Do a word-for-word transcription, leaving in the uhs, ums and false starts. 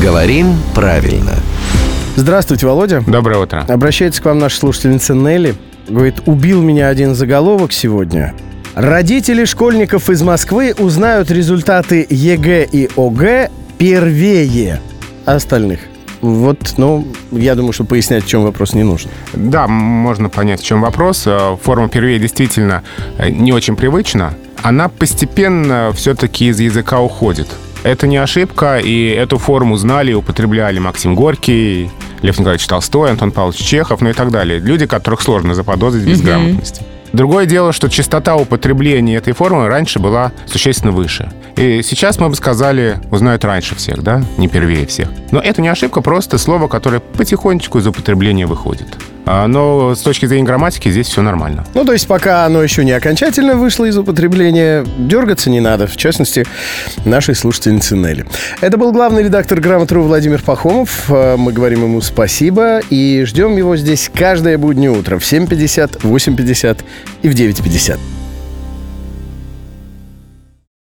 Говорим правильно. Здравствуйте, Володя. Доброе утро. Обращается к вам наша слушательница Нелли. Говорит, убил меня один заголовок сегодня. Родители школьников из Москвы узнают результаты ЕГЭ и ОГЭ первее остальных. Вот, ну, я думаю, что пояснять, в чем вопрос, не нужно. Да, можно понять, в чем вопрос. Форма первее действительно не очень привычна. Она постепенно все-таки из языка уходит. Это не ошибка, и эту форму знали и употребляли Максим Горький, Лев Николаевич Толстой, Антон Павлович Чехов, ну и так далее. Люди, которых сложно заподозрить в безграмотности. Другое дело, что частота употребления этой формы раньше была существенно выше. И сейчас мы бы сказали, узнают раньше всех, да? Не первее всех. Но это не ошибка, просто слово, которое потихонечку из употребления выходит. Но с точки зрения грамматики здесь все нормально. Ну, то есть пока оно еще не окончательно вышло из употребления, дергаться не надо. В частности, нашей слушательнице Нелли. Это был главный редактор «Грамоты.ру» Владимир Пахомов. Мы говорим ему спасибо и ждем его здесь каждое буднее утро в семь пятьдесят, восемь пятьдесят и в девять пятьдесят.